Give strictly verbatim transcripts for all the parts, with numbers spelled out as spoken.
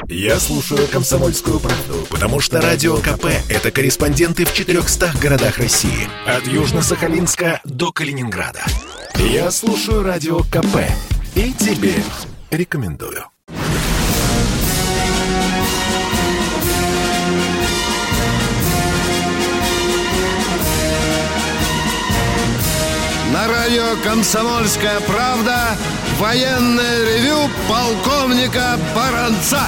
Я слушаю «Комсомольскую правду», потому что Радио КП – это корреспонденты в четырехстах городах России. От Южно-Сахалинска до Калининграда. Я слушаю Радио КП и тебе рекомендую. На радио «Комсомольская правда» военное ревю полковника Баранца.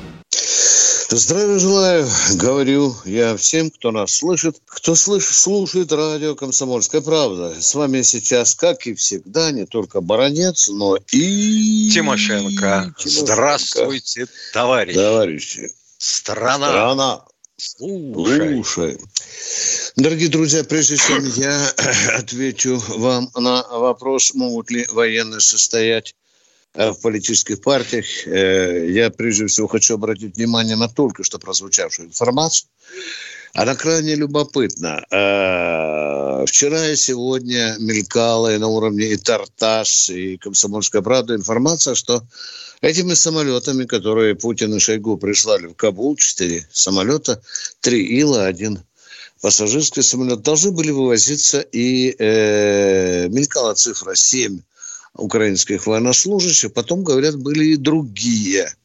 Здравия желаю, говорю я всем, кто нас слышит, кто слышит, слушает радио «Комсомольская правда». С вами сейчас, как и всегда, не только Баранец, но и... Тимошенко. Тимошенко. Здравствуйте, товарищи. Товарищи. Страна. Страна. Слушай. Слушай. Дорогие друзья, прежде чем я отвечу вам на вопрос, могут ли военные состоять в политических партиях, я прежде всего хочу обратить внимание на только что прозвучавшую информацию. Она крайне любопытна. Вчера и сегодня мелькала и на уровне и Тартас, и «Комсомольская правда» информация, что этими самолетами, которые Путин и Шойгу прислали в Кабул, четыре самолета, три Ила, один пассажирский самолет, должны были вывозиться, и э, мелькала цифра семь украинских военнослужащих, потом, говорят, были и другие.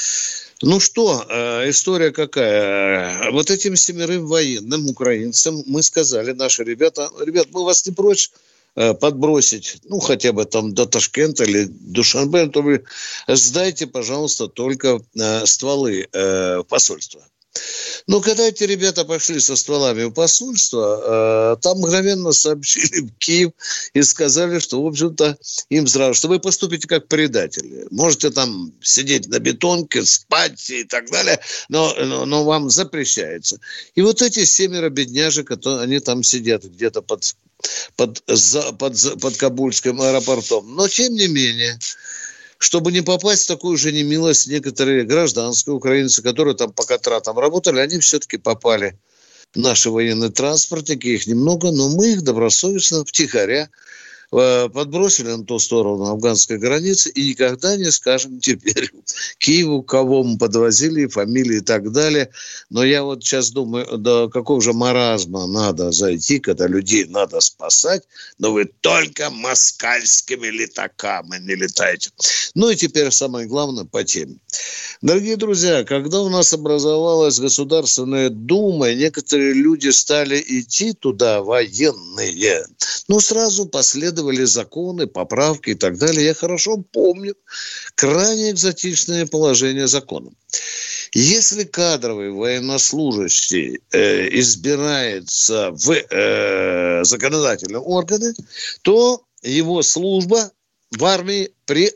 Ну что, э, история какая? Вот этим семерым военным украинцам мы сказали, наши ребята, ребят, мы вас не прочь э, подбросить, ну, хотя бы там до Ташкента или Душанбе, то вы сдайте, пожалуйста, только э, стволы э, в посольство. Но когда эти ребята пошли со стволами в посольство, э, там мгновенно сообщили в Киев и сказали, что, в общем-то, им сразу, что вы поступите как предатели. Можете там сидеть на бетонке, спать и так далее, но, но, но вам запрещается. И вот эти семеро бедняжек, они там сидят где-то под, под, под, под Кабульским аэропортом. Но, тем не менее... Чтобы не попасть в такую же немилость, некоторые гражданские украинцы, которые там по контрактам работали, они все-таки попали в наши военные транспортники, их немного, но мы их добросовестно, втихаря подбросили на ту сторону афганской границы и никогда не скажем теперь Киеву, кого мы подвозили, фамилии и так далее. Но я вот сейчас думаю, до какого же маразма надо зайти, когда людей надо спасать, но вы только москальскими летаками не летаете. Ну и теперь самое главное по теме. Дорогие друзья, когда у нас образовалась Государственная Дума, некоторые люди стали идти туда, военные, но сразу последовали законы, поправки и так далее. Я хорошо помню крайне экзотичное положение закона. Если кадровый военнослужащий э, избирается в э, законодательные органы, то его служба в армии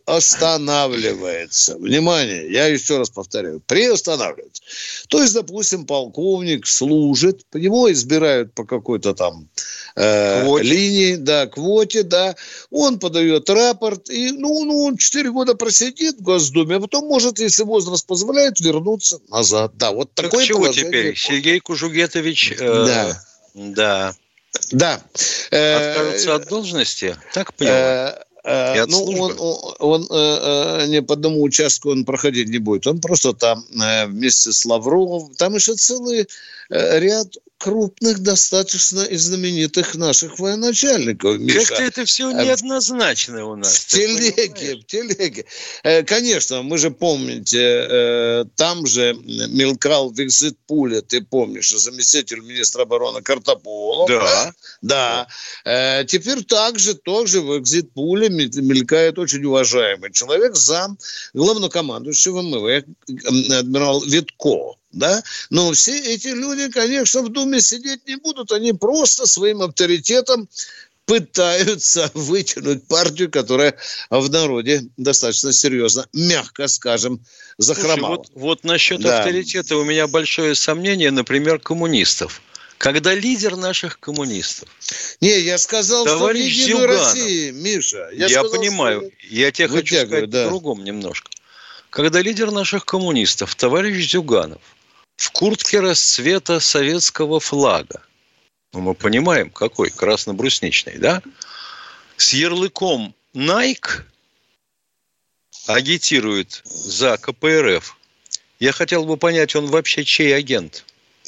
приостанавливается. Внимание, я еще раз повторяю, приостанавливается. То есть, допустим, полковник служит, его избирают по какой-то там э, линии, да, квоте, да, он подает рапорт, и, ну, ну, он четыре года просидит в Госдуме, а потом может, если возраст позволяет, вернуться назад. Да, вот так такое чего положение. Теперь? Сергей Кужугетович... Э, да. Да. Да. Откажется от должности? Так понимаю? Uh, ну, он, он, он uh, не по одному участку он проходить не будет. Он просто там uh, вместе с Лавровым. Там еще целый uh, ряд крупных достаточно и знаменитых наших военачальников. Как-то это все неоднозначно у нас. В телеге, в телеге. Э, конечно, мы же помните, э, там же мелькал в экзит-пуле, ты помнишь, заместитель министра обороны Картополов. Да. Да. да. Э, теперь также тоже в экзит-пуле мелькает очень уважаемый человек, зам главнокомандующего МВ, адмирал Витко. Да? Но все эти люди, конечно, в Думе сидеть не будут. Они просто своим авторитетом пытаются вытянуть партию, которая в народе достаточно серьезно, мягко скажем, захромала. Слушай, вот, вот насчет да. авторитета у меня большое сомнение, например, коммунистов. Когда лидер наших коммунистов... Не, я сказал, товарищ что лидер России, Миша. Я, я сказал, понимаю, что... я тебе хочу сказать да. по-другому немножко. Когда лидер наших коммунистов, товарищ Зюганов, в куртке расцвета советского флага, ну, мы понимаем, какой, красно-брусничный, да, с ярлыком Nike агитирует за ка пэ эр эф Я хотел бы понять, он вообще чей агент?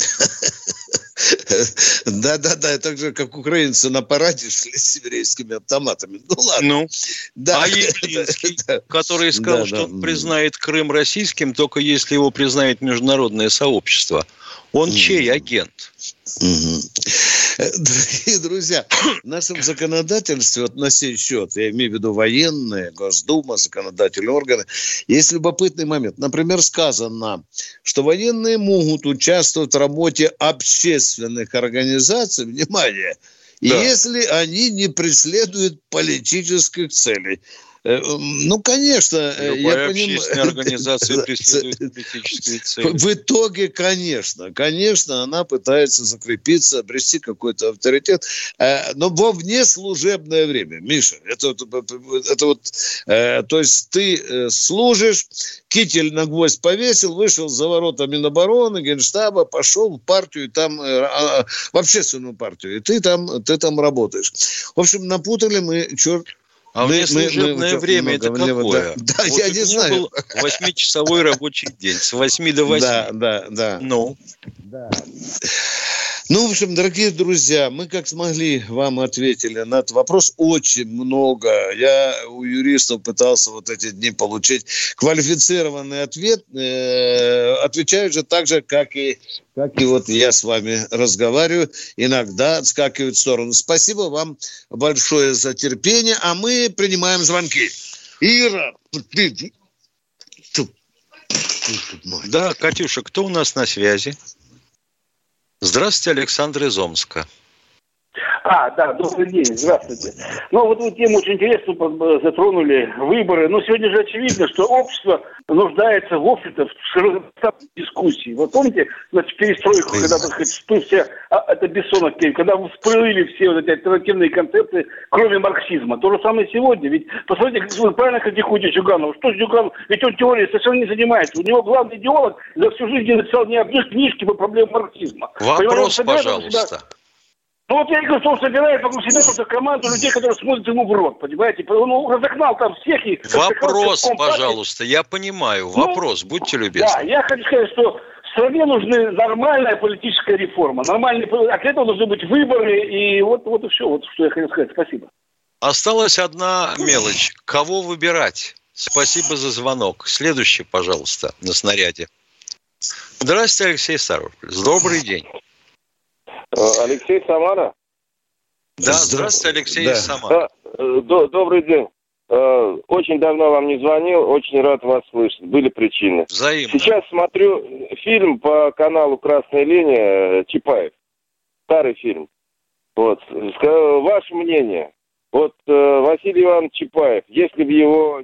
Да-да-да, это так же, как украинцы на параде шли с еврейскими автоматами. Ну, ладно. Ну, да. А Явлинский, который сказал, да, что да. он признает Крым российским, только если его признает международное сообщество. Он mm-hmm. чей агент? Mm-hmm. Дорогие друзья, в нашем законодательстве, вот на сей счет, я имею в виду военные, Госдума, законодательные органы, есть любопытный момент. Например, сказано, что военные могут участвовать в работе общественных организаций, внимание, да. если они не преследуют политических целей. Ну, конечно, любая я общественная понимаю. организация преследует политические цели. В итоге, конечно, конечно, она пытается закрепиться, обрести какой-то авторитет, но во внеслужебное время. Миша, это, это вот, то есть ты служишь, китель на гвоздь повесил, вышел за ворота Минобороны, Генштаба, пошел в партию, там, в общественную партию, и ты там, ты там работаешь. В общем, напутали мы, черт. А внеслужебное мы, мы, время это какое? Да, да вот я не знаю. Был восьмичасовой рабочий день, с восьми до восьми. Да, да, да. Ну? Да. Ну, в общем, дорогие друзья, мы как смогли вам ответили на этот вопрос. Очень много. Я у юристов пытался вот эти дни получить квалифицированный ответ. Э, отвечают же так же, как и, как и вот я с вами разговариваю. Иногда отскакивают в сторону. Спасибо вам большое за терпение. А мы принимаем звонки. Ира, ты... Да, Катюша, кто у нас на связи? Здравствуйте, Александр из Омска. А, да, добрый день, здравствуйте. Ну, вот вы тему очень интересную затронули, выборы. Но сегодня же очевидно, что общество нуждается, в общем-то, в широкой дискуссии. Вот помните, значит, перестройку, когда, так сказать, спустя, а, это Бессонов, когда всплыли все вот эти альтернативные концепции, кроме марксизма. То же самое сегодня. Ведь, посмотрите, как вы правильно критикуете Зюганова. Что ж Зюганов? Ведь он теорией совершенно не занимается. У него главный идеолог за всю жизнь не написал ни одной книжки по проблемам марксизма. Вопрос, пожалуйста. Ну вот я говорю, что он собирает вокруг себя просто команду людей, которые смотрят ему в рот, понимаете? Он разогнал там всех и... Вопрос, пожалуйста, я понимаю. Вопрос, ну, будьте любезны. Да, я хочу сказать, что в стране нужна нормальная политическая реформа. Нормальная, а для этого должны быть выборы, и вот, вот и все, вот что я хотел сказать. Спасибо. Осталась одна мелочь. Кого выбирать? Спасибо за звонок. Следующий, пожалуйста, на снаряде. Здравствуйте, Алексей Ставрополь. Добрый день. Алексей, Самара? Да, здравствуйте, Алексей да. из Самары. Добрый день. Очень давно вам не звонил, очень рад вас слышать. Были причины. Взаимно. Сейчас смотрю фильм по каналу «Красная линия» Чапаев. Старый фильм. Вот. Ваше мнение. Вот Василий Иванович Чапаев, если бы его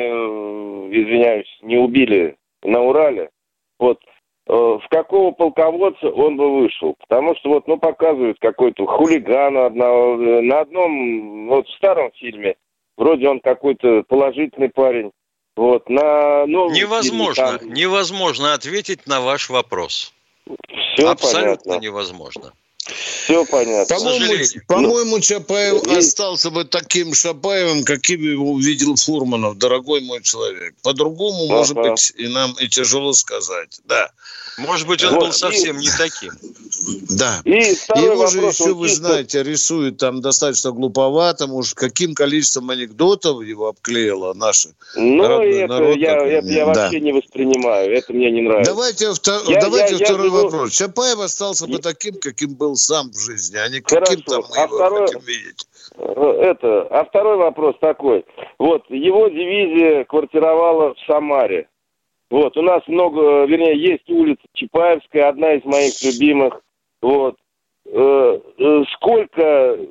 не, извиняюсь, не убили на Урале, вот, в какого полководца он бы вышел? Потому что вот, ну, показывают какой-то хулигана одного. На одном, вот в старом фильме, вроде он какой-то положительный парень. Вот, на новом невозможно, фильме, там... невозможно ответить на ваш вопрос. Все абсолютно понятно. Невозможно. Все понятно. По-моему, по-моему, Чапаев и... остался бы таким Шапаевым, каким его увидел Фурманов, дорогой мой человек. По-другому, ага. может быть, и нам и тяжело сказать. Да. Может быть, он вот. был совсем и... не таким. Да. И его вопрос, же еще, вы чисто... знаете, рисуют там достаточно глуповато. Может, каким количеством анекдотов его обклеило наше ну, народное, это народ. Я, это я да. вообще не воспринимаю. Это мне не нравится. Давайте, втор... я, Давайте я, второй я живу... вопрос. Чапаев остался бы таким, каким был сам в жизни, а не каким там мы а его второй... хотим видеть. Это, а второй вопрос такой. Вот, его дивизия квартировала в Самаре. Вот, у нас много, вернее, есть улица Чапаевская, одна из моих любимых. Вот. Э, э, сколько,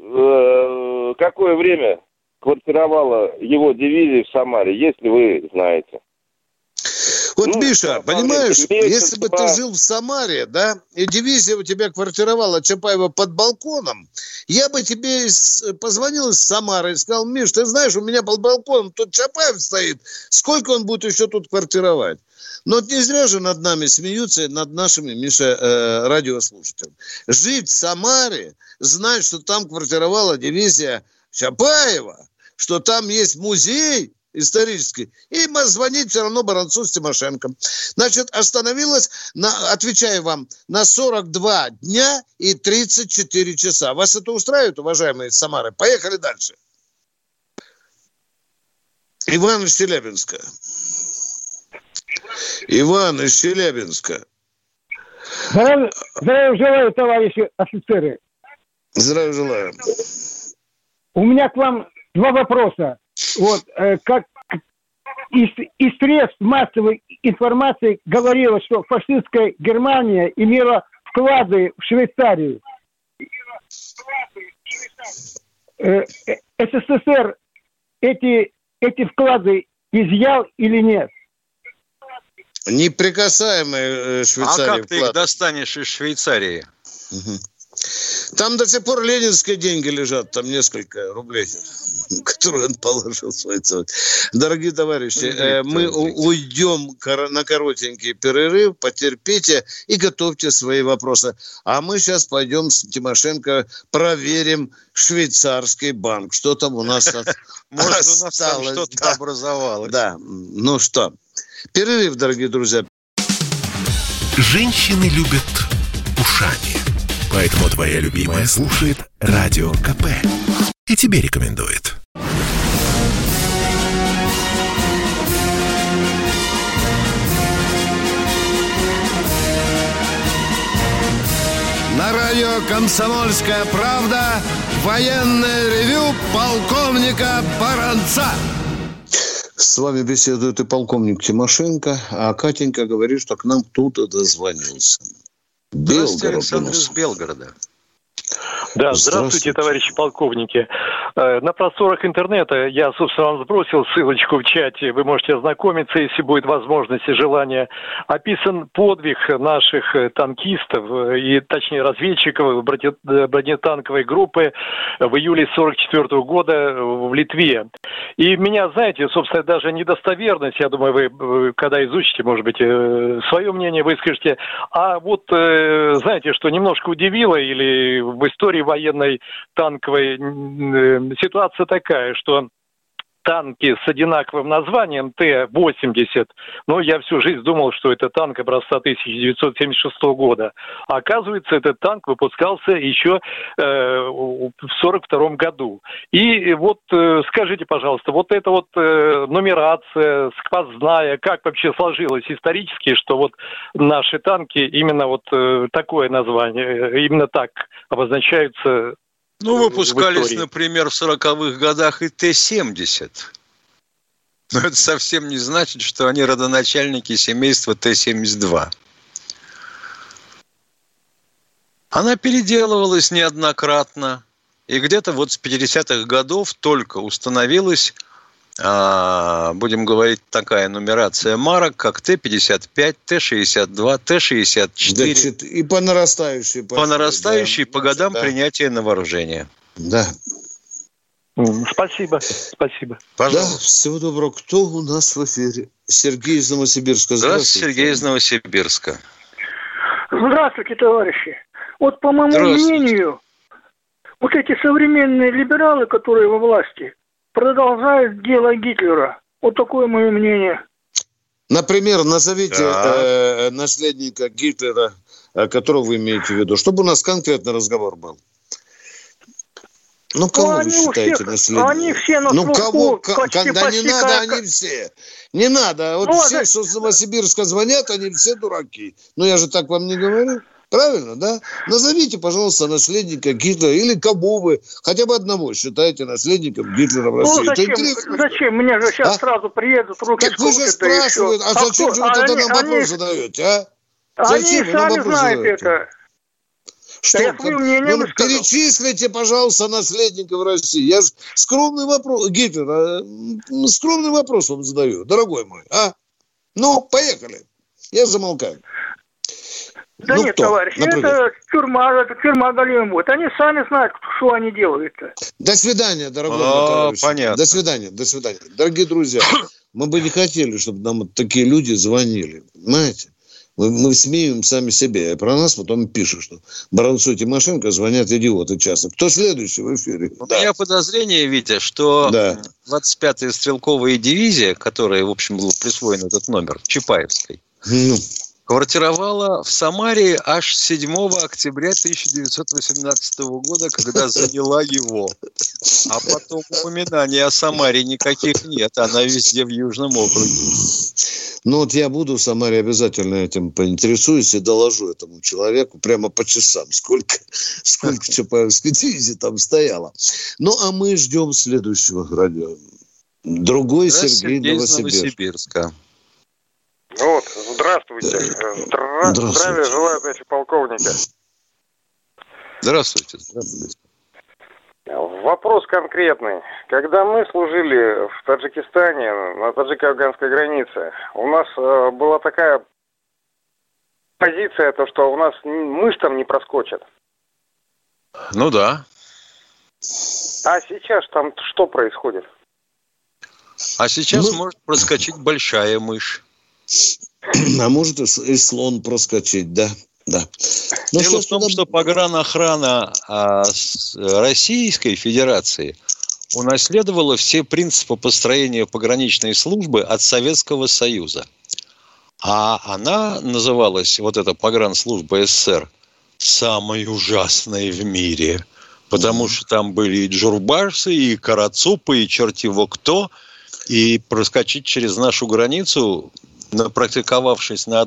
э, какое время квартировала его дивизия в Самаре, если вы знаете? Вот, ну, да, Миша, понимаешь, месяц, если бы два... ты жил в Самаре, да, и дивизия у тебя квартировала Чапаева под балконом, я бы тебе из, позвонил из Самары и сказал: Миш, ты знаешь, у меня под балконом тут Чапаев стоит, сколько он будет еще тут квартировать? Но вот не зря же над нами смеются, над нашими, Миша, э, радиослушателями. Жить в Самаре, знать, что там квартировала дивизия Чапаева, что там есть музей исторически. И звонить все равно Баранцу с Тимошенко. Значит, остановилась, на, отвечаю вам, на сорок два дня и тридцать четыре часа. Вас это устраивает, уважаемые из Самары? Поехали дальше. Иван из Челябинска. Иван из Челябинска. Здравия, здравия желаю, товарищи офицеры. Здравия желаю. У меня к вам два вопроса. Вот, э, как из, из средств массовой информации говорилось, что фашистская Германия имела вклады в Швейцарию. Э, э, СССР эти, эти вклады изъял или нет? Неприкасаемые Швейцарии. А как ты их достанешь из Швейцарии? Угу. Там до сих пор ленинские деньги лежат, там несколько рублей, которые он положил в свои цель. Дорогие товарищи, э, мы уйдем на коротенький перерыв, потерпите и готовьте свои вопросы. А мы сейчас пойдем с Тимошенко проверим швейцарский банк. Что там у нас осталось? Может, у нас там что-то образовалось. Да, ну что, перерыв, дорогие друзья. Женщины любят ушами. Поэтому твоя любимая слушает Радио КП. И тебе рекомендует. На радио «Комсомольская правда» военное ревю полковника Баранца. С вами беседует и полковник Тимошенко, а Катенька говорит, что к нам кто-то дозвонился. Здравствуйте, Александр из Белгорода. Да, здравствуйте, товарищи полковники. На просторах интернета я, собственно, вам сбросил ссылочку в чате. Вы можете ознакомиться, если будет возможность и желание. Описан подвиг наших танкистов, и, точнее, разведчиков бронетанковой группы в июле сорок четвёртого года в Литве. И меня, знаете, собственно, даже недостоверность, я думаю, вы, когда изучите, может быть, свое мнение выскажете. А вот, знаете, что немножко удивило, или в истории военной танковой ситуация такая, что танки с одинаковым названием Т восемьдесят, но я всю жизнь думал, что это танк образца тысяча девятьсот семьдесят шестого года. А оказывается, этот танк выпускался еще э, в сорок втором году. И вот э, скажите, пожалуйста, вот эта вот э, нумерация, сквозная, как вообще сложилось исторически, что вот наши танки именно вот э, такое название, именно так обозначаются. Ну, выпускались, например, в сороковых годах и Т семьдесят. Но это совсем не значит, что они родоначальники семейства Т семьдесят два. Она переделывалась неоднократно. И где-то вот с пятидесятых годов только установилась, а, будем говорить, такая нумерация марок, как Т пятьдесят пять, Т шестьдесят два, Т шестьдесят четыре. Да, и по нарастающей. По нарастающей, да, по годам да. принятия на вооружение. Да. Спасибо, спасибо. Пожалуйста. Да, всего доброго. Кто у нас в эфире? Сергей из Новосибирска. Здравствуйте, Сергей из Новосибирска. Здравствуйте, товарищи. Вот по моему мнению, вот эти современные либералы, которые во власти, продолжают дело Гитлера. Вот такое мое мнение. Например, назовите да. э, наследника Гитлера, которого вы имеете в виду, чтобы у нас конкретный разговор был. Ну, кого ну, вы считаете всех, наследником? Они все на ну, слуху, кого, почти, когда почти не надо, как... они все. Не надо. Вот ну, все, а... что с Новосибирска звонят, они все дураки. Ну, я же так вам не говорю. Правильно, да? Назовите, пожалуйста, наследника Гитлера или кого вы хотя бы одного считаете наследником Гитлера в России. Ну, зачем? Зачем? Мне же сейчас а? сразу приедут, руки так вы же спрашиваете, а, а зачем же вы тогда нам вопрос они... задаете, а? Зачем они сами знают это. Что? Я свое мнение ну, перечислите, пожалуйста, наследников России. Я же скромный вопрос, Гитлер, скромный вопрос вам задаю, дорогой мой, а? Ну, поехали. Я замолкаю. Да ну, нет, кто? товарищ, Например? это тюрьма, это тюрьма Голливуд. Они сами знают, что они делают-то. До свидания, дорогой а, товарищ. Понятно. До свидания, до свидания. Дорогие друзья, мы бы не хотели, чтобы нам вот такие люди звонили. Понимаете? Мы, мы смеем сами себе. И про нас потом пишут, что Баранцу и Тимошенко звонят идиоты часто. Кто следующий в эфире? У да. меня подозрение, Витя, что да. двадцать пятая стрелковая дивизия, которая, в общем, был присвоен этот номер, Чапаевской, ну. квартировала в Самаре аж седьмого октября тысяча девятьсот восемнадцатого года, когда заняла его. А потом упоминаний о Самаре никаких нет. Она везде в Южном округе. Ну вот я буду в Самаре, обязательно этим поинтересуюсь и доложу этому человеку прямо по часам, сколько, сколько Чапаевской дивизии там стояло. Ну а мы ждем следующего радио. Другой Сергей, Сергей Новосибирска. Вот, здравствуйте. Здра... здравствуйте. Здравия желаю, товарищи полковника. Здравствуйте. Здравствуйте. Вопрос конкретный. Когда мы служили в Таджикистане, на таджико-афганской границе, у нас э, была такая позиция, то, что у нас мышь там не проскочит. Ну да. А сейчас там что происходит? А сейчас ну... может проскочить большая мышь. А может и слон проскочить, да. Да. Но Дело в том, туда... что погранохрана а, Российской Федерации унаследовала все принципы построения пограничной службы от Советского Союза. А она называлась, вот эта погранслужба СССР, самой ужасной в мире. Потому что там были и джурбашцы, и карацупы, и черти его кто. И проскочить через нашу границу... напрактиковавшись на,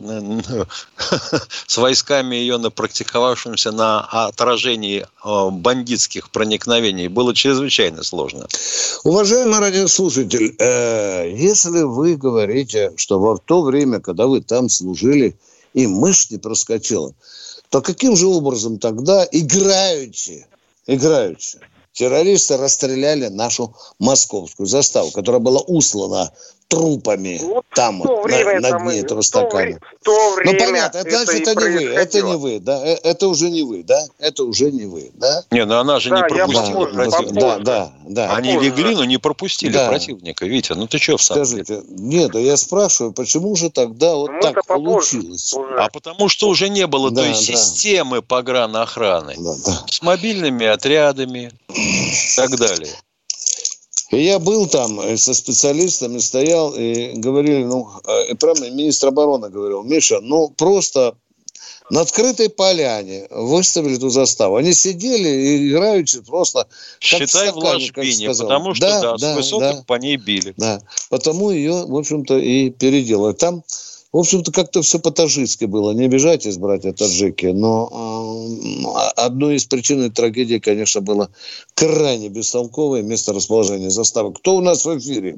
с войсками ее напрактиковавшимся на отражении бандитских проникновений, было чрезвычайно сложно. Уважаемый радиослушатель, э, если вы говорите, что во то время, когда вы там служили, и мышь не проскочила, то каким же образом тогда играючи, играючи, террористы расстреляли нашу московскую заставу, которая была услана трупами вот там, вот, на, на дне этого стакана. То время ну, понятно, это, значит, это не вы, это не вы, да, это уже не вы, да, это уже не вы, да? Не, ну она же да, не пропустила да, противника. Да, да, да. Они попозже. Легли, но не пропустили да. противника, Витя, ну ты что в самом деле? Скажите, нет, я спрашиваю, почему же тогда вот мы так получилось? Уже. А потому что уже не было да, той да. системы погранохраны да, да. с мобильными отрядами и так далее. И я был там со специалистами, стоял и говорили, ну, и прямо министр обороны говорил, Миша, ну, просто на открытой поляне выставили эту заставу. Они сидели и играючи просто... Считай в ложбине, потому что, да, да, да с высоток да, по ней били. Да, потому ее, в общем-то, и переделали. Там, в общем-то, как-то все по-таджикски было. Не обижайтесь, братья таджики, но э, одной из причин этой трагедии, конечно, было крайне бестолковое месторасположение заставы. Кто у нас в эфире?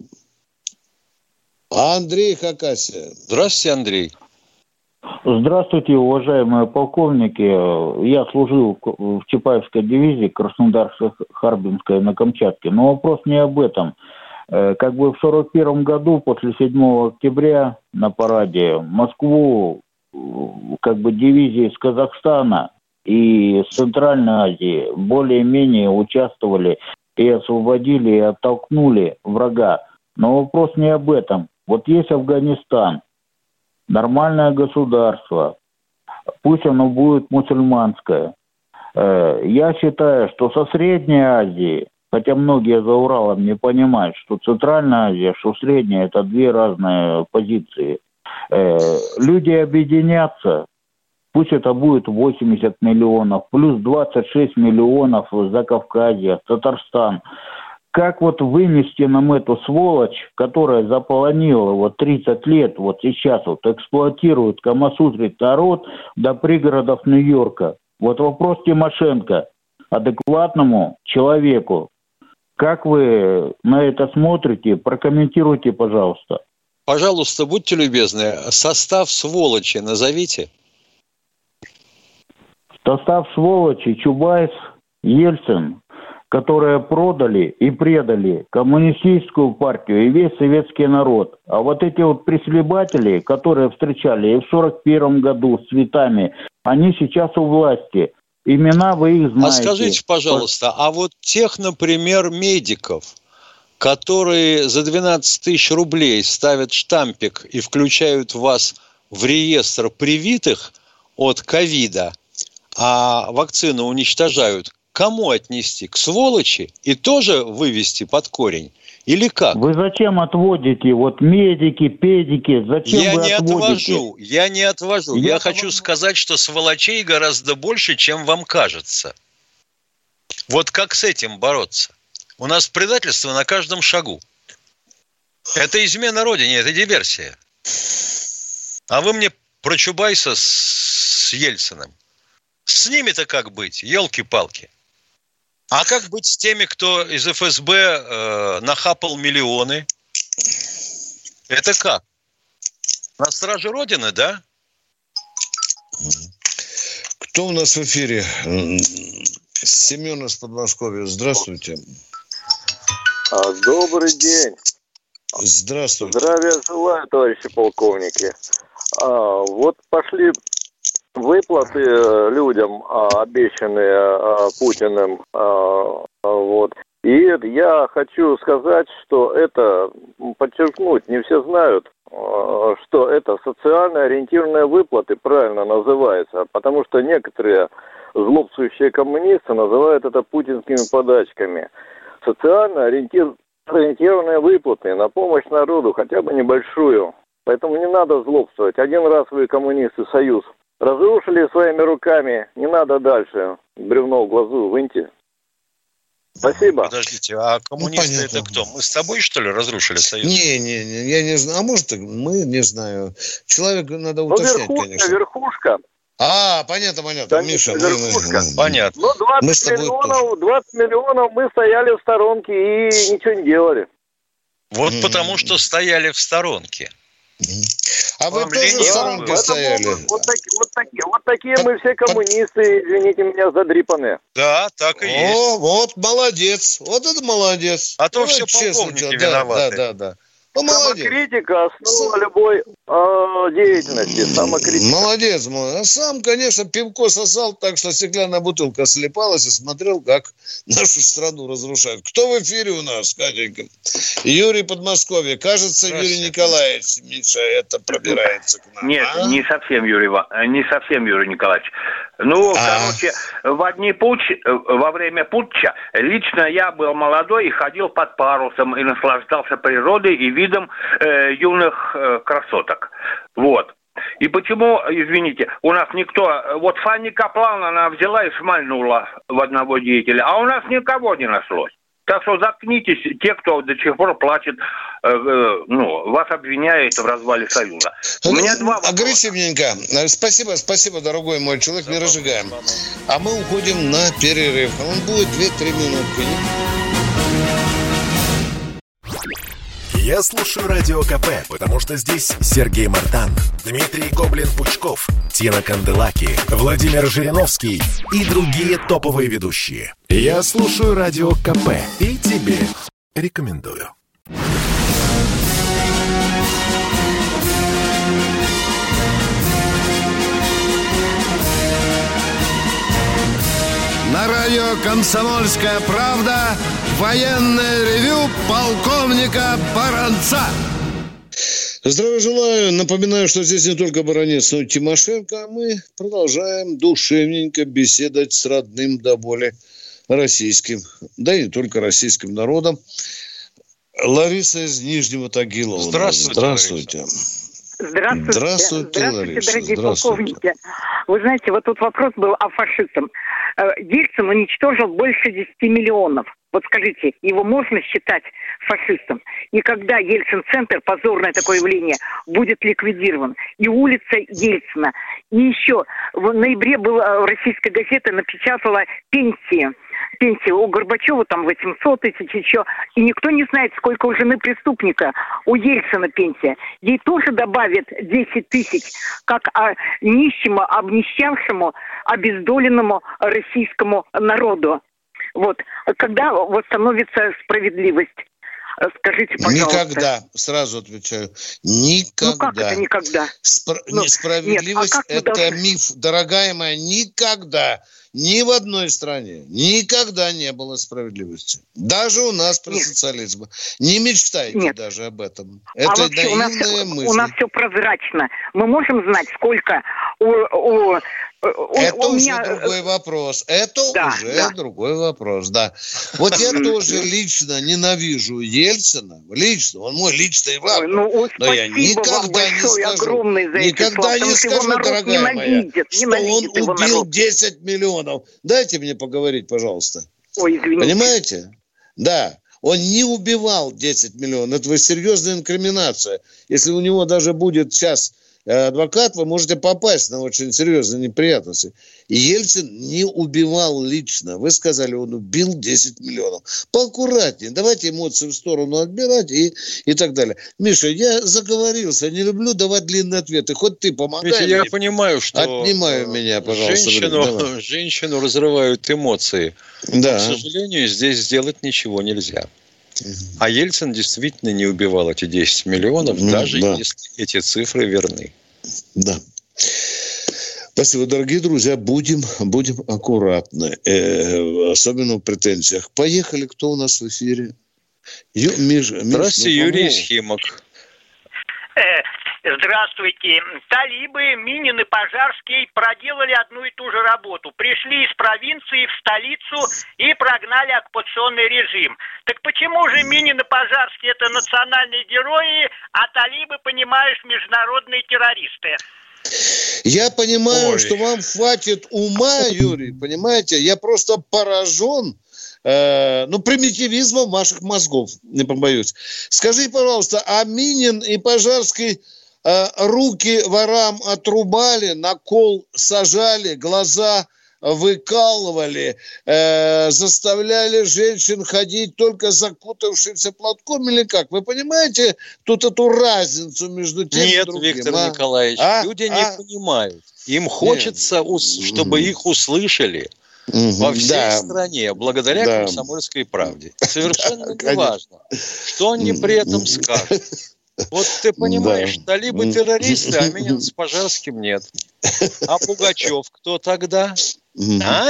Андрей Хакасия. Здравствуйте, Андрей. Здравствуйте, уважаемые полковники. Я служил в Чапаевской дивизии Краснодарско-Харбинской на Камчатке, но вопрос не об этом. Как бы в сорок первом году, после седьмого октября, на параде Москву, как бы дивизии из Казахстана и с Центральной Азии более-менее участвовали и освободили, и оттолкнули врага. Но вопрос не об этом. Вот есть Афганистан, нормальное государство, пусть оно будет мусульманское. Я считаю, что со Средней Азии, хотя многие за Уралом не понимают, что Центральная Азия, что Средняя, это две разные позиции. Люди объединятся, пусть это будет восемьдесят миллионов, плюс двадцать шесть миллионов за Кавказье, Татарстан. Как вот вынести нам эту сволочь, которая заполонила вот тридцать лет, вот сейчас вот эксплуатирует, камасутрит народ до пригородов Нью-Йорка? Вот вопрос Тимошенко, адекватному человеку. Как вы на это смотрите? Прокомментируйте, пожалуйста. Пожалуйста, будьте любезны, состав сволочи назовите. Состав сволочи Чубайс, Ельцин, которые продали и предали коммунистическую партию и весь советский народ. А вот эти вот преследователи, которые встречали и в сорок первом году с цветами, они сейчас у власти. Имена вы их знаете. А скажите, пожалуйста, а вот тех, например, медиков, которые за двенадцать тысяч рублей ставят штампик и включают вас в реестр привитых от ковида, а вакцину уничтожают, кому отнести? К сволочи и тоже вывести под корень? Или как? Вы зачем отводите? Вот медики, педики, зачем я вы не отводите? отвожу, я не отвожу. Я, я хочу сказать, что сволочей гораздо больше, чем вам кажется. Вот как с этим бороться? У нас предательство на каждом шагу. Это измена Родине, это диверсия. А вы мне про Чубайса с Ельциным. С ними-то как быть? Елки-палки. А как быть с теми, кто из эф эс бэ э, нахапал миллионы? Это как? На страже Родины, да? Кто у нас в эфире? Семен из Подмосковья. Здравствуйте. Добрый день. Здравствуйте. Здравия желаю, товарищи полковники. А, вот пошли выплаты людям, а, обещанные а, Путиным. А, вот. И я хочу сказать, что это, подчеркнуть, не все знают, а, что это социально ориентированные выплаты, правильно называется, потому что некоторые злобствующие коммунисты называют это путинскими подачками. Социально ориентир... ориентированные выплаты на помощь народу, хотя бы небольшую. Поэтому не надо злобствовать. Один раз вы, коммунисты, союз разрушили своими руками, не надо дальше бревно в глазу выньте. Спасибо. Подождите, а коммунисты ну, это кто? Мы с тобой, что ли, разрушили союз? Не, не, не, я не знаю. А может, мы, не знаю. Человеку надо уточнять, ну, верхушка, конечно. верхушка. А, понятно, понятно. Конечно, Миша, верхушка. мы, мы, понятно. Ну, двадцать миллионов, двадцать миллионов мы стояли в сторонке и ничего не делали. Вот mm-hmm. потому что стояли в сторонке. А вы тоже в сторонке стояли? Вот, так, вот, такие, вот такие мы все коммунисты, извините меня, задрипанные. Да, так и О, есть. О, вот, молодец. Вот это молодец. А то ну, все полковники виноваты. Да, да, да. Ну, самокритика – основа любой э, деятельности. Самокритика. Молодец, молодец. А сам, конечно, пивко сосал так, что стеклянная бутылка слепалась и смотрел, как нашу страну разрушают. Кто в эфире у нас, Катенька? Юрий Подмосковье. Кажется, Юрий Николаевич, Миша, это пробирается к нам. Нет, а? не совсем, Юрий, не совсем, Юрий Николаевич. Ну, а. короче, в одни путь, во время путча, лично я был молодой и ходил под парусом и наслаждался природой и видом э, юных э, красоток. Вот. И почему, извините, у нас никто... Вот Фанни Каплан, она взяла и шмальнула в одного деятеля, а у нас никого не нашлось. Так что заткнитесь, те, кто до сих пор плачет, э, э, ну, вас обвиняет в развале Союза. У ну, меня два вопроса. Агрессивненько. Спасибо, спасибо, дорогой мой человек, не разжигаем. А мы уходим на перерыв. Он будет две-три минутки. Я слушаю Радио КП, потому что здесь Сергей Мартан, Дмитрий Гоблин-Пучков, Тина Канделаки, Владимир Жириновский и другие топовые ведущие. Я слушаю Радио КП и тебе рекомендую. На радио «Комсомольская правда» военное ревю полковника Баранца. Здравия желаю. Напоминаю, что здесь не только Баранец, но и Тимошенко. А мы продолжаем душевненько беседовать с родным до боли российским, да и не только российским народом. Лариса из Нижнего Тагила. Здравствуйте. Здравствуйте. Здравствуйте. Здравствуйте, Здравствуйте, Лариса. дорогие Здравствуйте. полковники. Вы знаете, вот тут вопрос был о фашистах. Ельцин уничтожил больше десяти миллионов. Вот скажите, его можно считать фашистом? И когда Ельцин-центр, позорное такое явление, будет ликвидирован? И улица Ельцина. И еще в ноябре была российская газета, напечатала пенсии. Пенсия у Горбачева там восемьсот тысяч еще. И никто не знает, сколько у жены преступника. У Ельцина пенсия. Ей тоже добавят десять тысяч, как а, нищему, обнищавшему, обездоленному российскому народу. Вот. Когда восстановится справедливость? Скажите, пожалуйста. Никогда, сразу отвечаю, никогда. Ну как это никогда? Спр... Ну, Несправедливость нет, а это должны... миф, дорогая моя, никогда. Ни в одной стране никогда не было справедливости. Даже у нас при нет. социализме. Не мечтайте нет. даже об этом. Это а вообще, наивная у нас все, мысль. У нас все прозрачно. Мы можем знать, сколько у... у... Это у уже меня... другой вопрос. Это да, уже да. другой вопрос, да. Вот я тоже лично ненавижу Ельцина. Лично. Он мой личный враг. Ой, ну, но я никогда не скажу, никогда не скажу, дорогая моя, что он убил десять миллионов. Дайте мне поговорить, пожалуйста. Ой, извините. Понимаете? Да. Он не убивал десять миллионов. Это серьезная инкриминация. Если у него даже будет сейчас адвокат, вы можете попасть на очень серьезные неприятности. И Ельцин не убивал лично. Вы сказали, он убил десять миллионов. Поаккуратнее. Давайте эмоции в сторону отбирать и, и так далее. Миша, я заговорился. Не люблю давать длинные ответы. Хоть ты помогай. Ведь я понимаю, что отнимаю меня, пожалуйста. Женщину, женщину разрывают эмоции. Да. Но, к сожалению, здесь сделать ничего нельзя. А Ельцин действительно не убивал эти десять миллионов, mm, даже да. если эти цифры верны. Да. Спасибо, дорогие друзья. Будем, будем аккуратны, э, особенно в претензиях. Поехали, кто у нас в эфире? Ю, Миш, Миш, Здравствуйте, ну, Юрий Схимок. Здравствуйте. Талибы, Минин и Пожарский проделали одну и ту же работу. Пришли из провинции в столицу и прогнали оккупационный режим. Так почему же Минин и Пожарский это национальные герои, а талибы, понимаешь, международные террористы? Я понимаю, Ой. что вам хватит ума, Юрий, понимаете? Я просто поражен э, ну, примитивизмом ваших мозгов, не побоюсь. Скажи, пожалуйста, а Минин и Пожарский э, руки ворам отрубали, на кол сажали, глаза выкалывали, э, заставляли женщин ходить только закутавшимся платком или как? Вы понимаете тут эту разницу между тем Нет, и другим? Виктор а? Николаевич, а? люди а? не понимают. Им хочется, Нет. чтобы mm-hmm. их услышали mm-hmm. во всей да. стране, благодаря да. «Комсомольской правде». Совершенно не важно, что они при этом скажут. Вот ты понимаешь, да. талибы террористы, а Минин с Пожарским нет. А Пугачев кто тогда? А?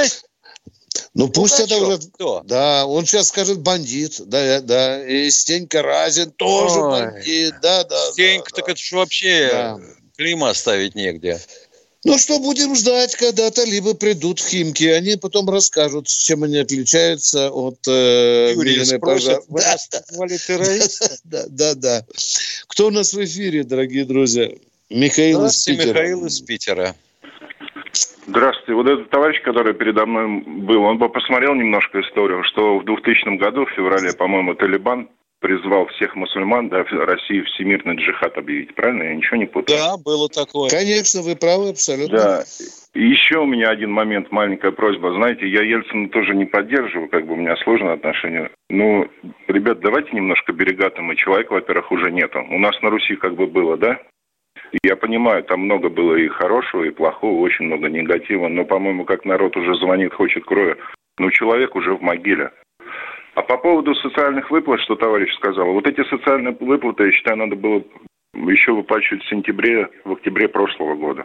Ну пусть Пугачев это уже... Кто? Да, он сейчас скажет бандит. Да, да. И Стенька Разин тоже Ой. бандит. Да, да. Стенька, да, так да. это ж вообще да. клейма ставить негде. Ну что, будем ждать, когда талибы придут в Химки. Они потом расскажут, чем они отличаются от э, Минина и Пожарского. Вы да, нас назвали террористом? Да, да, да. Кто у нас в эфире, дорогие друзья? Михаил из Питера. Михаил из Питера. Здравствуйте. Вот этот товарищ, который передо мной был, он бы посмотрел немножко историю, что в двухтысячном году, в феврале, по-моему, Талибан призвал всех мусульман, да, России всемирный джихад объявить. Правильно? Я ничего не путаю? Да, было такое. Конечно, вы правы абсолютно. Да. И еще у меня один момент, маленькая просьба. Знаете, я Ельцина тоже не поддерживаю, как бы у меня сложные отношения. Ну, ребят, давайте немножко берега там, и человека, во-первых, уже нету. У нас на Руси как бы было, да? Я понимаю, там много было и хорошего, и плохого, очень много негатива, но, по-моему, как народ уже звонит, хочет крови, ну, человек уже в могиле. А по поводу социальных выплат, что товарищ сказал, вот эти социальные выплаты, я считаю, надо было еще выплачивать в сентябре, в октябре прошлого года.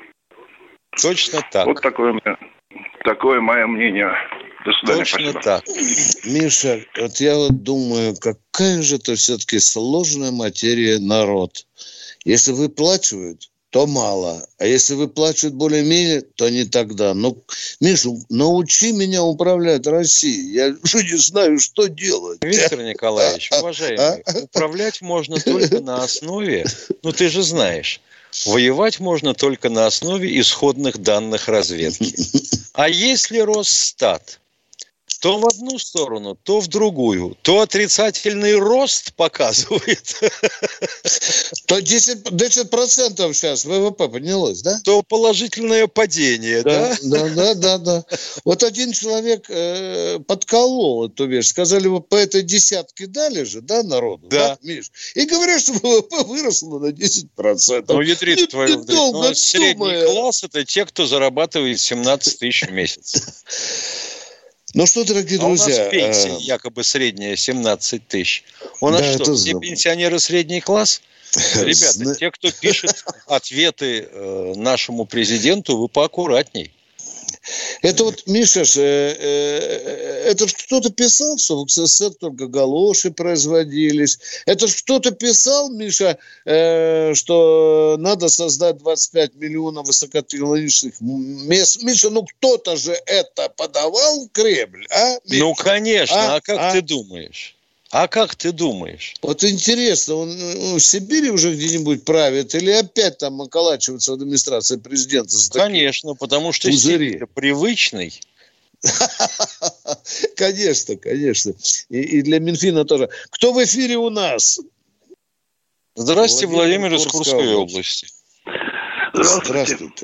Точно так. Вот такое, такое мое мнение. До свидания. Точно спасибо. так. Миша, вот я вот думаю, какая же это все-таки сложная материя народ. Если выплачивают, то мало. А если выплачивают более-менее, то не тогда. Ну, Миша, научи меня управлять Россией. Я уже не знаю, что делать. Виктор Николаевич, уважаемый, управлять можно только на основе, ну ты же знаешь, воевать можно только на основе исходных данных разведки. А если Росстат то в одну сторону, то в другую, то отрицательный рост показывает, то десять процентов сейчас ВВП поднялось, да? То положительное падение, да? Да, да, да, да. да. Вот один человек э, подколол эту вещь. Сказали, вы по этой десятке дали же, да, народу? Да. да Миш? И говорят, что ВВП выросло на десять процентов. Ну, ядрит твою, ну, средний класс – это те, кто зарабатывает семнадцать тысяч в месяц. Ну что, дорогие а друзья... у нас пенсия э... якобы средняя семнадцать тысяч. У нас да, что, все знам. Пенсионеры средний класс? Ребята, Зна... те, кто пишет ответы э, нашему президенту, вы поаккуратней. Это вот, Миша, э, э, это ж кто-то писал, что в СССР только галоши производились. Это ж кто-то писал, Миша, э, что надо создать двадцать пять миллионов высокотехнологичных мест. Миша, ну кто-то же это подавал в Кремль, а? Миша? Ну, конечно, а, а как а? ты думаешь? А как ты думаешь? Вот интересно, он в Сибири уже где-нибудь правит или опять там околачивается в администрации президента? Конечно, потому что Сибирь привычный. Конечно, конечно. И, и для Минфина тоже. Кто в эфире у нас? Здравствуйте, Владимир, Владимир из Курской области. Здравствуйте. Здравствуйте.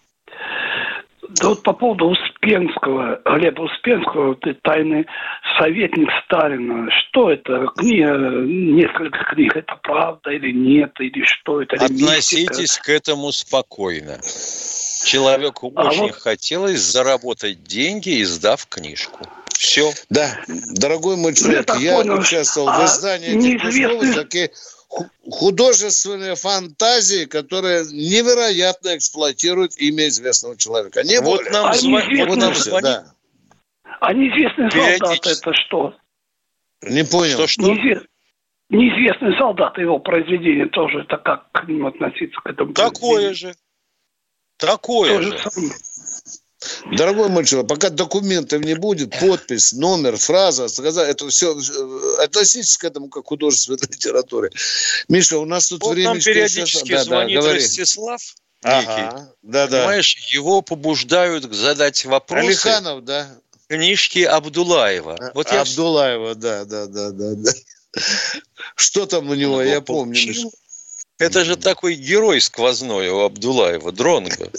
Да вот по поводу Успенского, Глеба Успенского, вот тайный советник Сталина, что это? Книга, несколько книг, это правда или нет, или что это? Или относитесь мистика? К этому спокойно. Человеку а очень вот... хотелось заработать деньги, издав книжку. Все. Да, дорогой мой человек, я, я участвовал а в издании этих такие художественные фантазии, которые невероятно эксплуатируют имя известного человека. Не вот более. Нам а зв... вот нам звонит. Да. А неизвестный солдат это что? Не понял. Что, что? Неизвест... Неизвестный солдат, его произведение тоже, это как к нему относиться, к этому Такое же. Такое же. же. Дорогой мой человек, пока документов не будет, подпись, номер, фраза, это все относитесь к этому как к художественной литературе. Миша, у нас тут вот время... нам периодически сейчас... звонит да, да, Ростислав некий. Ага, да, да. Понимаешь, его побуждают задать вопросы. Алиханов, да. Книжки Абдулаева. Вот я... Абдулаева, да, да, да, да, да. Что там у него, я помню. Это же такой герой сквозной у Абдулаева, Дронго.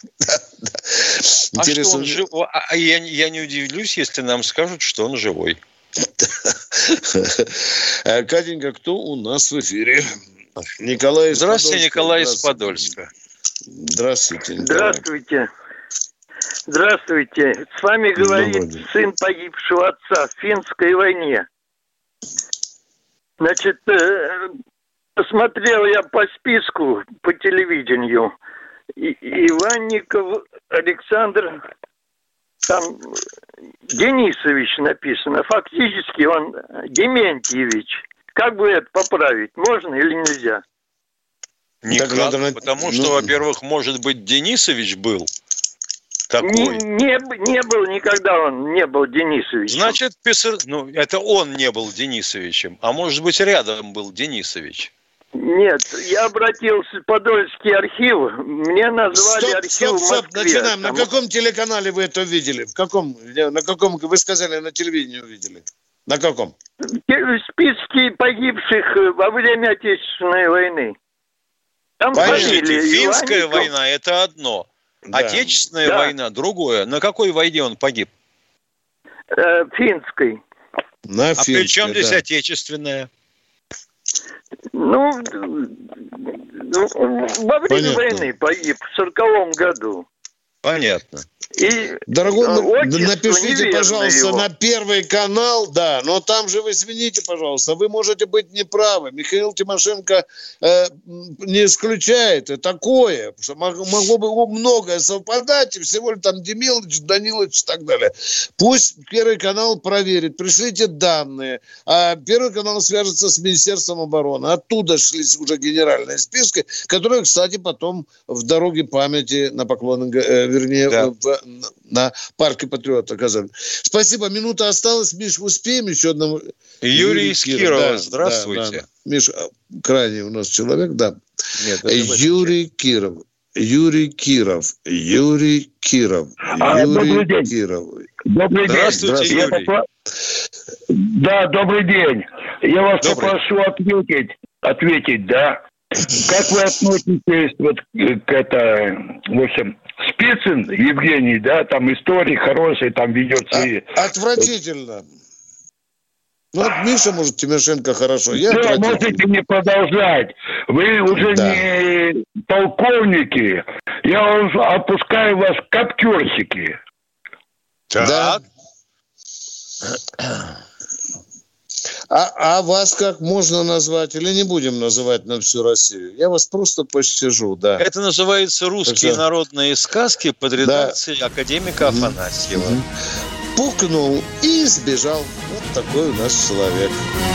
А что он живой? А я, я не удивлюсь, если нам скажут, что он живой. Катенька, кто у нас в эфире? Николай из Здравствуйте, Николай из Подольска. Здравствуйте, Николай. Здравствуйте. Здравствуйте. С вами говорит сын погибшего отца в Финской войне. Значит, посмотрел я по списку по телевидению. И, Иванников Александр, там Денисович написано. Фактически он Дементьевич. Как бы это поправить? Можно или нельзя? Никак, надо... потому что, ну... во-первых, может быть, Денисович был такой. Не, не, не был никогда он, не был Денисовичем. Значит, писар... ну, это он не был Денисовичем, а может быть, рядом был Денисович. Нет, я обратился в Подольский архив, мне назвали стоп, архив стоп, стоп, в Москве. Начинаем. Там... На каком телеканале вы это видели? В каком? На каком, вы сказали, на телевидении увидели? На каком? В списке погибших во время Отечественной войны. Там Подождите, Финская Иванников. Война – это одно, да. Отечественная да. война – другое. На какой войне он погиб? Э, финской. На а финской, при чем здесь да. отечественная? Ну, во время Понятно. войны погиб в сороковом году. Понятно. И Дорогой, напишите, пожалуйста, его. на Первый канал, да, но там же вы извините, пожалуйста, вы можете быть неправы. Михаил Тимошенко э, не исключает и такое, что могло бы многое совпадать, и всего лишь там Демилович, Данилович и так далее. Пусть Первый канал проверит, пришлите данные, а Первый канал свяжется с Министерством обороны. Оттуда шли уже генеральные списки, которые, кстати, потом в дороге памяти на поклоны, э, вернее, да. в на парке Патриот оказали. Спасибо. Минута осталась. Миш, успеем еще одному? Юрий, Юрий из Кирова. Кирова. Да, здравствуйте. Да, да. Миш, крайний у нас человек, да. Нет, Юрий Киров. Юрий Киров. Юрий Киров. А, Юрий добрый день. Киров. Добрый Здравствуйте, день. Юрий. Попро... Да, добрый день. Я вас добрый. попрошу ответить, ответить, да. Как вы относитесь вот к это, в общем, Спицын Евгений, да, там истории хорошие, там ведется... А, отвратительно. Ну, вот Миша, может, Тимошенко хорошо. Я да, можете не продолжать. Вы уже да. не полковники. Я уже опускаю вас в коптерщики. Да. А, а вас как можно назвать? Или не будем называть на всю Россию? Я вас просто пощажу, да. Это называется «Русские что... народные сказки» под редакцией да. академика Афанасьева. Mm-hmm. Пукнул и сбежал. Вот такой у нас человек.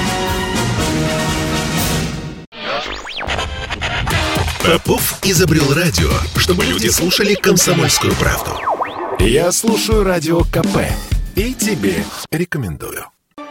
Попов изобрел радио, чтобы люди слушали «Комсомольскую правду». Я слушаю Радио КП и тебе рекомендую.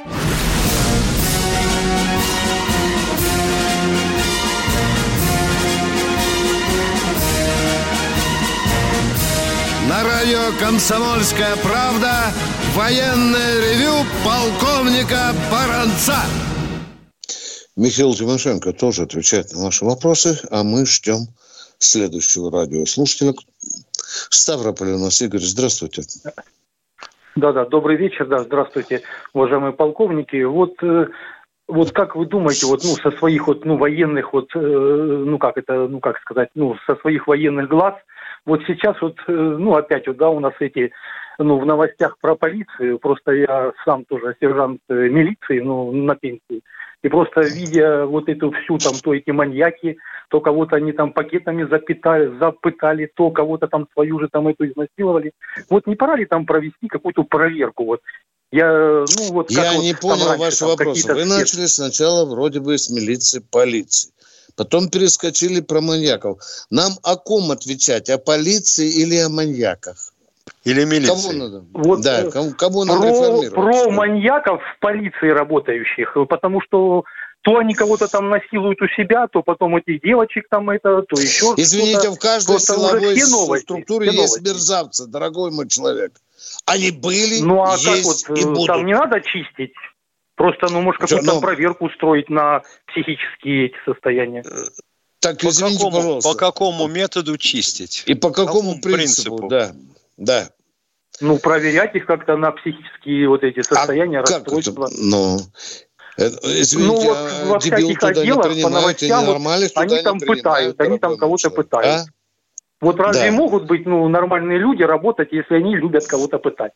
На радио «Комсомольская правда» военное ревю полковника Баранца. Михаил Тимошенко тоже отвечает на ваши вопросы, а мы ждем следующего радиослушателя. Ставрополь у нас Игорь, здравствуйте. Да-да, добрый вечер, да, здравствуйте, уважаемые полковники. Вот, э, вот как вы думаете, вот, ну, со своих вот, ну, военных, вот, э, ну, как это, ну, как сказать, ну, со своих военных глаз, вот сейчас вот, э, ну, опять вот, да, у нас эти, ну, в новостях про полицию, просто я сам тоже сержант милиции, ну, на пенсии, и просто видя вот эту всю там, то эти маньяки, то кого-то они там пакетами запитали, запытали, то кого-то там свою же там эту изнасиловали. Вот не пора ли там провести какую-то проверку? Вот я, ну, вот как я вот, не понял раньше, вашего вопроса. Вы спец... начали сначала вроде бы с милиции, полиции. Потом перескочили про маньяков. Нам о ком отвечать? О полиции или о маньяках? Или милиции? Кому надо? Вот, да, кому, кому надо про, реформировать? Про маньяков в полиции работающих, потому что то они кого-то там насилуют у себя, то потом этих девочек там это, то еще Извините, что-то. в каждой Просто силовой новости, структуре есть мерзавцы, дорогой мой человек. Они были, ну, а есть как вот, и будут. Там не надо чистить? Просто, ну, может, какую-то но... проверку устроить на психические эти состояния. Так, по извините, какому, пожалуйста. По какому методу чистить? И по какому, какому принципу? принципу? Да, да. Ну, проверять их как-то на психические вот эти состояния, а расстройства. Ну, извините, ну, вот а во всяких отделах по новостям вот, они там не пытают, они там кого-то человек. пытают. А? Вот разве да. могут быть ну, нормальные люди работать, если они любят кого-то пытать?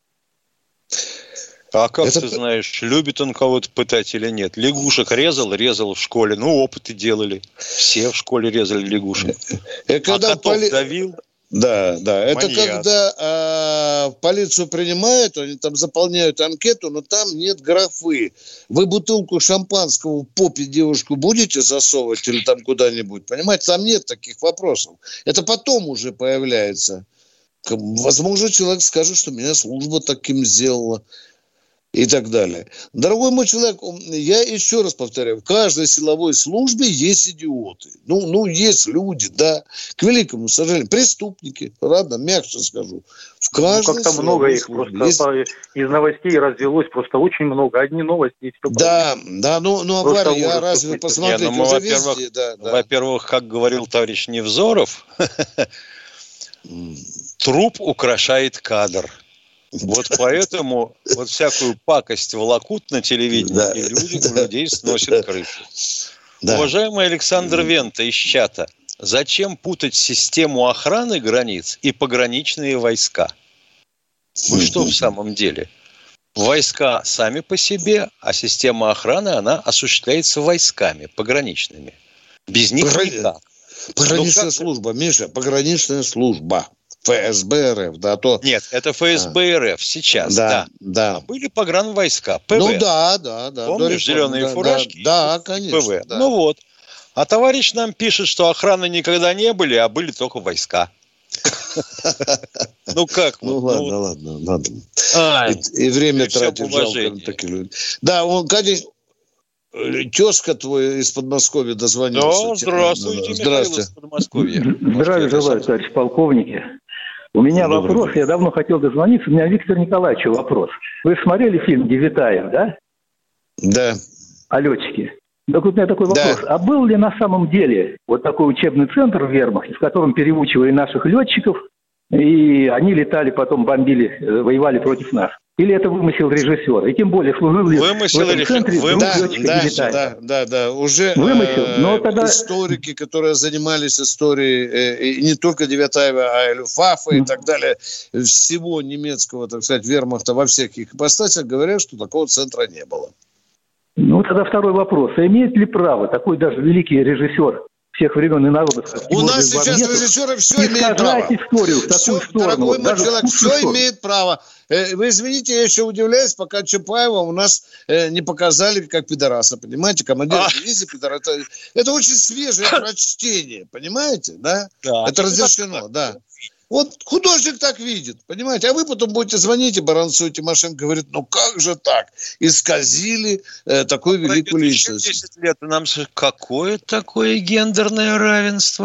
А как Это... ты знаешь, любит он кого-то пытать или нет? Лягушек резал, резал в школе. Ну, опыты делали. Все в школе резали лягушек. А когда котов поли... давил. Да, да. Это маньяк. Когда а, полицию принимают, они там заполняют анкету, но там нет графы. Вы бутылку шампанского в попе девушку будете засовывать или там куда-нибудь? Понимаете, там нет таких вопросов. Это потом уже появляется. Возможно, человек скажет, что меня служба таким сделала. И так далее. Дорогой мой человек, я еще раз повторяю, в каждой силовой службе есть идиоты. Ну, ну есть люди, да, к великому сожалению, преступники, ладно, мягче скажу. В каждой ну, как-то много их просто есть... по, из новостей развелось, просто очень много. Одни новости и все. Да, да, ну, ну авария, я разве посмотрите, Не, ну, уже во-первых, везде, да, да. Во-первых, как говорил товарищ Невзоров, труп украшает кадр. Вот поэтому вот всякую пакость волокут на телевидении, да. И люди, у людей сносят крышу. Да. Уважаемый Александр Вента из чата, зачем путать систему охраны границ и пограничные войска? Вы что в самом деле? Войска сами по себе, а система охраны, она осуществляется войсками пограничными. Без них Пограни... никак. Пограничная как... служба, Миша, пограничная служба. ФСБ РФ, да, то... Нет, это ФСБ а. РФ сейчас, да. да. А были погранвойска, ПВ. Ну да, да, да. Помнишь, зеленые да, фуражки? Да, да конечно. ПВ. Да. Ну вот. А товарищ нам пишет, что охраны никогда не были, а были только войска. Ну как? Ну ладно, ладно, ладно. И время тратить жалко на такие люди. Да, он, конечно... Тезка твой из Подмосковья дозвонился. Да, здравствуйте, Михаил из Подмосковья. Здравия желаю, товарищ полковники. У меня Добрый вопрос, день. Я давно хотел дозвониться. У меня Виктор Николаевичу вопрос. Вы смотрели фильм «Девятаев», да? Да. О летчике. Так вот у меня такой вопрос. Да. А был ли на самом деле вот такой учебный центр в Вермахте, в котором переучивали наших летчиков, и они летали, потом бомбили, воевали против нас? Или это вымысел режиссера? И тем более служил ли вымысел в этом центре друг да, девочки да, Девятаева. да, да, да, уже Вымысел. э, Но тогда... историки, которые занимались историей, э, и не только Девятаева, а и Люфтваффе mm. и так далее, всего немецкого, так сказать, вермахта во всех их ипостасях, говорят, что такого центра не было. Ну, тогда второй вопрос. А имеет ли право такой даже великий режиссер всех времен и народов? У нас сейчас режиссеры все имеют право. Историю в все, такую сторону, дорогой мой человек, все сторону. имеет право. Вы извините, я еще удивляюсь, пока Чапаева у нас не показали как пидораса, понимаете? Командир дивизии пидораса. Это, это очень свежее прочтение, понимаете? Да? Да. Это разрешено, да. Вот художник так видит, понимаете? А вы потом будете звонить, и Баранцу Тимошенко говорит, ну как же так? Исказили э, такую а великую личность. десять лет нам какое такое гендерное равенство?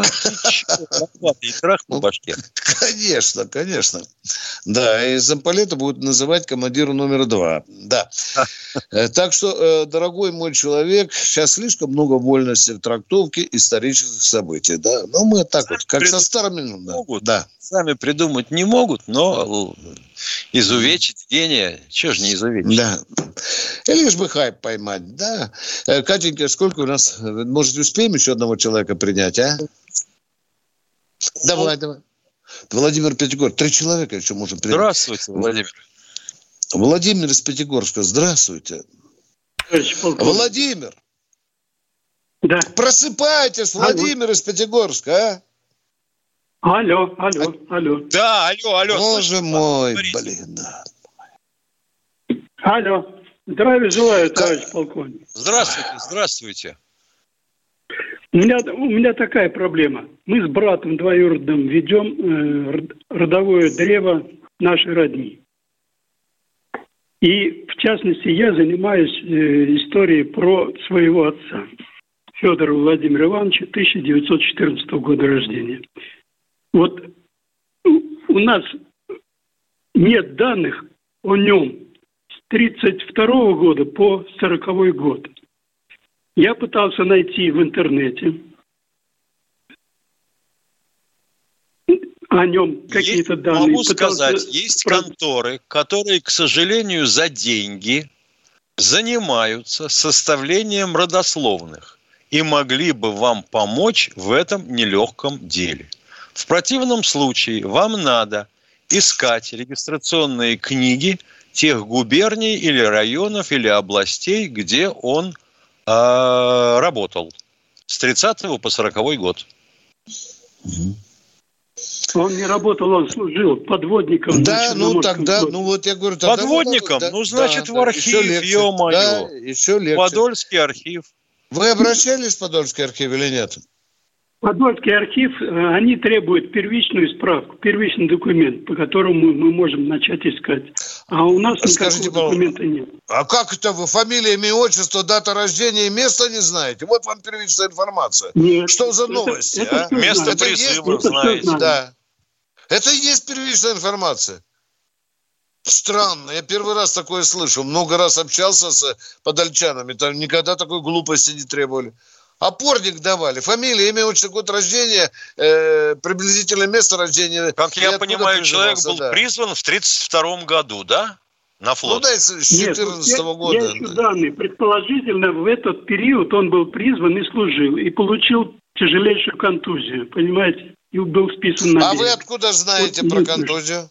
Конечно, конечно. Да, и замполита будут называть командиру номер два. Да. Так что, дорогой мой человек, сейчас слишком много вольности в трактовке исторических событий. Да? Но мы так вот, как со старыми... Да. Сами придумать не могут, но изувечить гения, чего же не изувечить? Да. И лишь бы хайп поймать, да. Катенька, сколько у нас? Может, успеем еще одного человека принять, а? Давай, давай. Владимир Пятигорск. Три человека еще можем принять. Здравствуйте, Владимир. Владимир из Пятигорска. Здравствуйте. Владимир. Да. Просыпайтесь, Владимир из Пятигорска, а? Алло, алло, алло. Да, алло, алло. Боже мой, блин. Алло. Здравия желаю, товарищ полковник. Здравствуйте, здравствуйте. У меня, у меня такая проблема. Мы с братом двоюродным ведем э, родовое древо нашей родни. И, в частности, я занимаюсь э, историей про своего отца. Федора Владимира Ивановича, тысяча девятьсот четырнадцатого года рождения. Вот у нас нет данных о нем с тридцать второго года по сороковой год. Я пытался найти в интернете о нем какие-то есть, данные. Могу пытался... сказать, есть конторы, которые, к сожалению, за деньги занимаются составлением родословных и могли бы вам помочь в этом нелегком деле. В противном случае вам надо искать регистрационные книги тех губерний или районов или областей, где он э, работал с тридцатого по сороковой год. Он не работал, он служил подводником. Да, ну тогда, год. ну вот я говорю... Тогда подводником? Да, ну, значит, да, в архив, ё-моё. Да, еще легче. Подольский архив. Вы обращались в Подольский архив или нет? Подольский архив, они требуют первичную справку, первичный документ, по которому мы можем начать искать. А у нас Скажите, никакого документа нет. А как это вы фамилия, имя, отчество, дата рождения и место не знаете? Вот вам первичная информация. Нет, что за новости, это, это а? Место это призыва знаете. Да. Это и есть первичная информация. Странно, я первый раз такое слышу. Много раз общался с подольчанами, там никогда такой глупости не требовали. Опорник давали, фамилия, имя, отчество, год рождения, э, приблизительное место рождения. Как я понимаю, человек был да. призван в тридцать втором году, да? На флот. Ну да, с четырнадцатого года. Я ищу данные. Предположительно, в этот период он был призван и служил, и получил тяжелейшую контузию, понимаете? И был списан на берег. А вы откуда знаете вот, про контузию?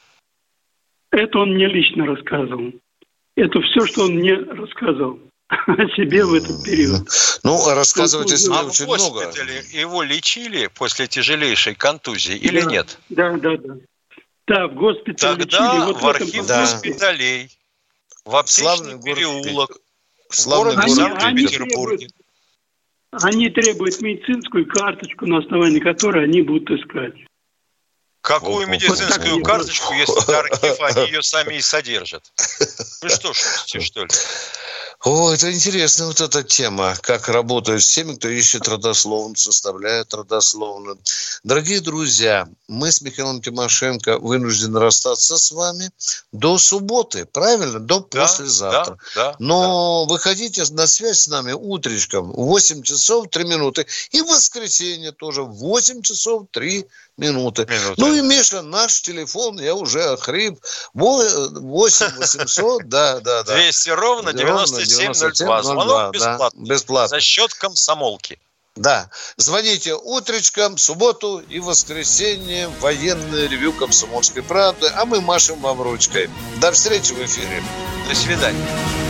Это он мне лично рассказывал. Это все, что он мне рассказывал о себе в этот период. Ну, рассказывать о себе а очень в госпитале много. Его лечили после тяжелейшей контузии да, или нет? Да, да, да. Да, в госпитале Тогда лечили. Вот в архив да. госпиталей, в Аптечный переулок, в городе Санкт-Петербурге. Они требуют медицинскую карточку, на основании которой они будут искать. Какую медицинскую вот карточку, если это архив, они ее сами и содержат? Вы что, шутите, что ли? О, это интересная вот эта тема, как работают с теми, кто ищет родословно, составляет родословно. Дорогие друзья, мы с Михаилом Тимошенко вынуждены расстаться с вами до субботы, правильно? До да, послезавтра. Да, да, Но да. выходите на связь с нами утречком в восемь часов три минуты. И в воскресенье тоже в восемь часов три минуты. Минуты. Ну и, Миша, наш телефон, я уже охрип. восемь восемьсот, да, да, да. двести ровно девяносто семь ноль два. Звонок бесплатный. Бесплатно. За счет комсомолки. Да. Звоните утречком, в субботу и воскресенье. Военное ревю «Комсомольской правды». А мы машем вам ручкой. До встречи в эфире. До свидания.